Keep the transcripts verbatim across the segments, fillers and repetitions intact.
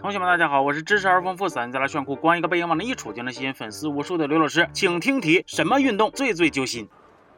同学们大家好，我是知识而丰富、散在了炫酷、光一个背影往那一杵就能吸引粉丝无数的刘老师，请听题：什么运动最最揪心？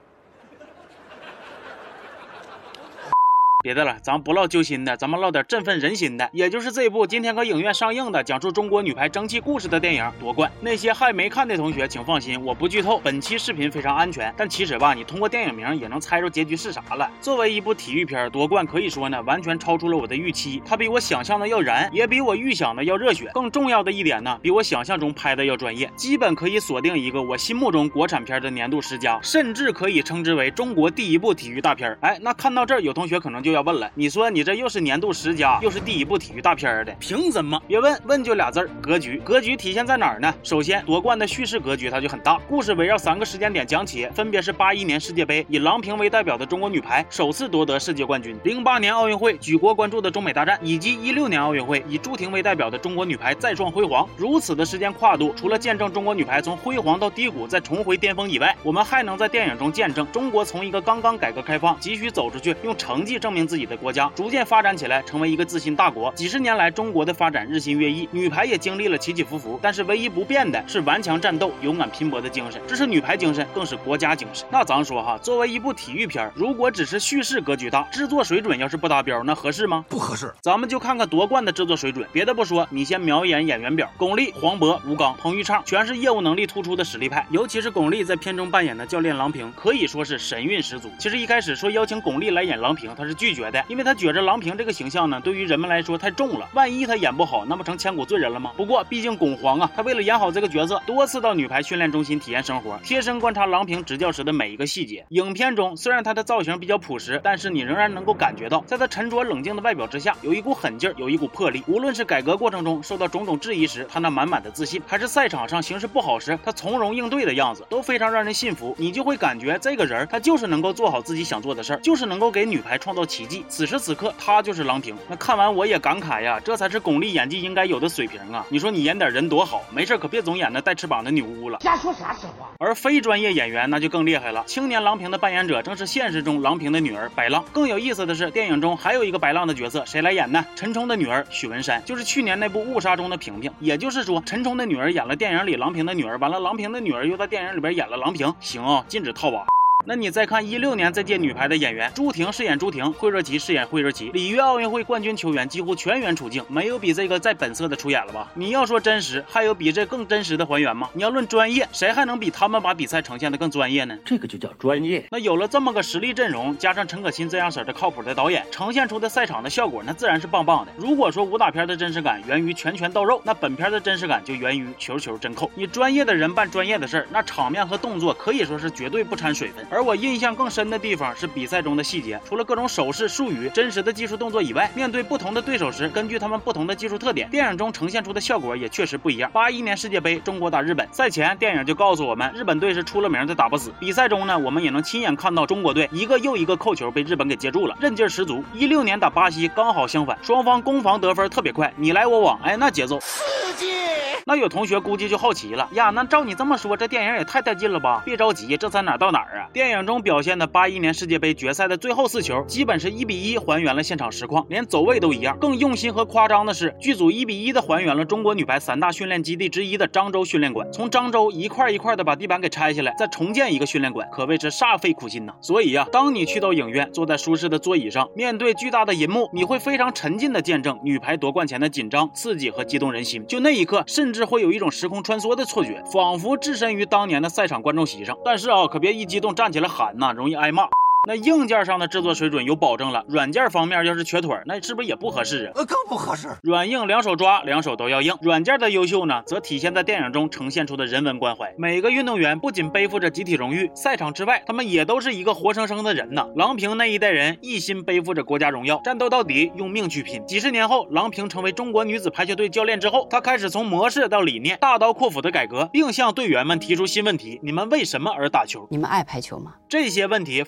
别的了，咱不唠揪心的，咱们唠点振奋人心的，也就是这部今天搁影院上映的讲述中国女排争气故事的电影《夺冠》。那些还没看的同学请放心，我不剧透，本期视频非常安全。但其实吧，你通过电影名也能猜出结局是啥了。作为一部体育片，《夺冠》可以说呢，完全超出了我的预期。它比我想象的要燃，也比我预想的要热血。更重要的一点呢，比我想象中拍的要专业，基本可以锁定一个我心目中国产片的年度十佳，甚至可以称之为中国第一部体育大片。哎，那看到这儿，有同学可能就要问了，你说你这又是年度十佳，又是第一部体育大片的，凭什么？别问，问就俩字儿，格局。格局体现在哪儿呢？首先，夺冠的叙事格局它就很大，故事围绕三个时间点讲起，分别是八一年世界杯，以郎平为代表的中国女排首次夺得世界冠军；零八年奥运会举国关注的中美大战，以及一六年奥运会以朱婷为代表的中国女排再创辉煌。如此的时间跨度，除了见证中国女排从辉煌到低谷再重回巅峰以外，我们还能在电影中见证中国从一个刚刚改革开放急需走出去，用成绩证明自己的国家逐渐发展起来，成为一个自信大国。几十年来，中国的发展日新月异，女排也经历了起起伏伏，但是唯一不变的是顽强战斗、勇敢拼搏的精神。这是女排精神，更是国家精神。那咱说哈，作为一部体育片，如果只是叙事格局大，制作水准要是不达标，那合适吗？ 不合适。 咱们就看看夺冠的制作水准。别的不说，你先瞄一眼演员表，巩俐、黄渤、吴刚、彭昱畅全是业务能力突出的实力派，尤其是巩俐在片中扮演的教练郎平，可以说是神韵十足。其实一开始说邀请巩俐来演郎平，她是拒绝的，因为她觉着郎平这个形象呢，对于人们来说太重了，万一她演不好，那不成千古罪人了吗？不过毕竟巩皇啊，他为了演好这个角色，多次到女排训练中心体验生活，贴身观察郎平执教时的每一个细节。影片中虽然她的造型比较朴实，但是你仍然能够感觉到，在她沉着冷静的外表之下，有一股狠劲儿，有一股魄力。无论是改革过程中受到种种质疑时，她那满满的自信，还是赛场上形势不好时，她从容应对的样子，都非常让人信服。你就会感觉这个人，他就是能够做好自己想做的事儿，就是能够给女排创造奇迹。此时此刻，他就是郎平。那看完我也感慨呀，这才是巩俐演技应该有的水平啊！你说你演点人多好，没事可别总演那带翅膀的女巫了。 瞎说啥实话？ 而非专业演员那就更厉害了。青年郎平的扮演者正是现实中郎平的女儿白浪。更有意思的是，电影中还有一个白浪的角色，谁来演呢？陈冲的女儿许文山，就是去年那部《误杀》中的萍萍。也就是说，陈冲的女儿演了电影里郎平的女儿，完了郎平的女儿又在电影里边演了郎平。行啊，禁止套娃。那你再看一六年这届女排的演员，朱婷饰演朱婷，惠若琪饰演惠若琪，里约奥运会冠军球员几乎全员出镜，没有比这个再本色的出演了吧？你要说真实，还有比这更真实的还原吗？你要论专业，谁还能比他们把比赛呈现得更专业呢？ 这个就叫专业。 那有了这么个实力阵容，加上陈可辛这样式的靠谱的导演，呈现出的赛场的效果那自然是棒棒的。如果说武打片的真实感源于拳拳到肉，那本片的真实感就源于球球真扣。你专业的人办专业的事儿，那场面和动作可以说是绝对不掺水分。而我印象更深的地方是比赛中的细节，除了各种手势术语、真实的技术动作以外，面对不同的对手时，根据他们不同的技术特点，电影中呈现出的效果也确实不一样。八一年世界杯，中国打日本，赛前电影就告诉我们，日本队是出了名的打不死。比赛中呢，我们也能亲眼看到中国队一个又一个扣球被日本给接住了，韧劲十足。一六年打巴西刚好相反，双方攻防得分特别快，你来我往，哎，那节奏刺激。那有同学估计就好奇了呀，那照你这么说，这电影也太带劲了吧？别着急，这才哪儿到哪儿啊？电影中表现的八一年世界杯决赛的最后四球，基本是一比一还原了现场实况，连走位都一样。更用心和夸张的是，剧组一比一的还原了中国女排三大训练基地之一的漳州训练馆，从漳州一块一块的把地板给拆下来，再重建一个训练馆，可谓是煞费苦心呐。所以啊，当你去到影院，坐在舒适的座椅上，面对巨大的银幕，你会非常沉浸的见证女排夺冠前的紧张、刺激和激动人心。就那一刻，甚至会有一种时空穿梭的错觉，仿佛置身于当年的赛场观众席上。但是啊，可别一激动站起来喊呐，容易挨骂。那硬件上的制作水准有保证了，软件方面要是缺腿，那是不是也不合适啊？ 呃，更不合适。 软硬两手抓，两手都要硬。软件的优秀呢，则体现在电影中呈现出的人文关怀。每个运动员不仅背负着集体荣誉，赛场之外，他们也都是一个活生生的人呐。郎平那一代人一心背负着国家荣耀，战斗到底，用命去拼。几十年后，郎平成为中国女子排球队教练之后，他开始从模式到理念大刀阔斧的改革，并向队员们提出新问题：你们为什么而打球？ 你们爱排球吗？ 这些问题放到几十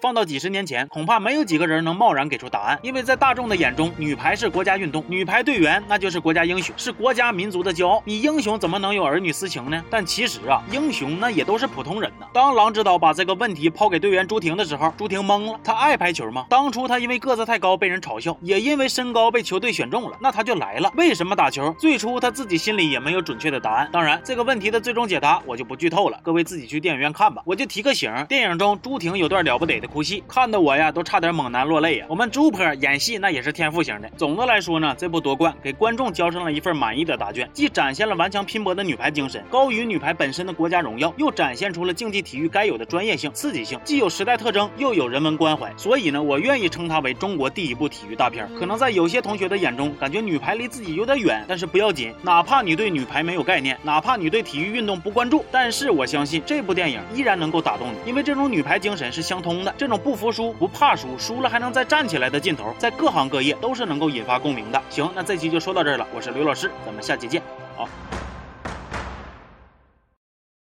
十年前，恐怕没有几个人能贸然给出答案，因为在大众的眼中，女排是国家运动，女排队员那就是国家英雄，是国家民族的骄傲。你英雄怎么能有儿女私情呢？但其实啊，英雄那也都是普通人呢。当郎指导把这个问题抛给队员朱婷的时候，朱婷懵了。他爱排球吗？当初他因为个子太高被人嘲笑，也因为身高被球队选中了，那他就来了。为什么打球？最初他自己心里也没有准确的答案。当然，这个问题的最终解答我就不剧透了，各位自己去电影院看吧。我就提个醒，电影中朱婷有段了不得的哭戏，看得我呀都差点猛男落泪呀。我们朱婆演戏那也是天赋型的。总的来说呢，这部夺冠给观众交上了一份满意的答卷，既展现了顽强拼搏的女排精神，高于女排本身的国家荣耀，又展现出了竞技体育该有的专业性、刺激性，既有时代特征，又有人文关怀。所以呢，我愿意称它为中国第一部体育大片。可能在有些同学的眼中，感觉女排离自己有点远，但是不要紧，哪怕你对女排没有概念，哪怕你对体育运动不关注，但是我相信这部电影依然能够打动你，因为这种女排精神是相通的，这种不服输、不怕输、输了还能再站起来的劲头，在各行各业都是能够引发共鸣的。行，那这期就说到这儿了，我是刘老师，咱们下期见，好。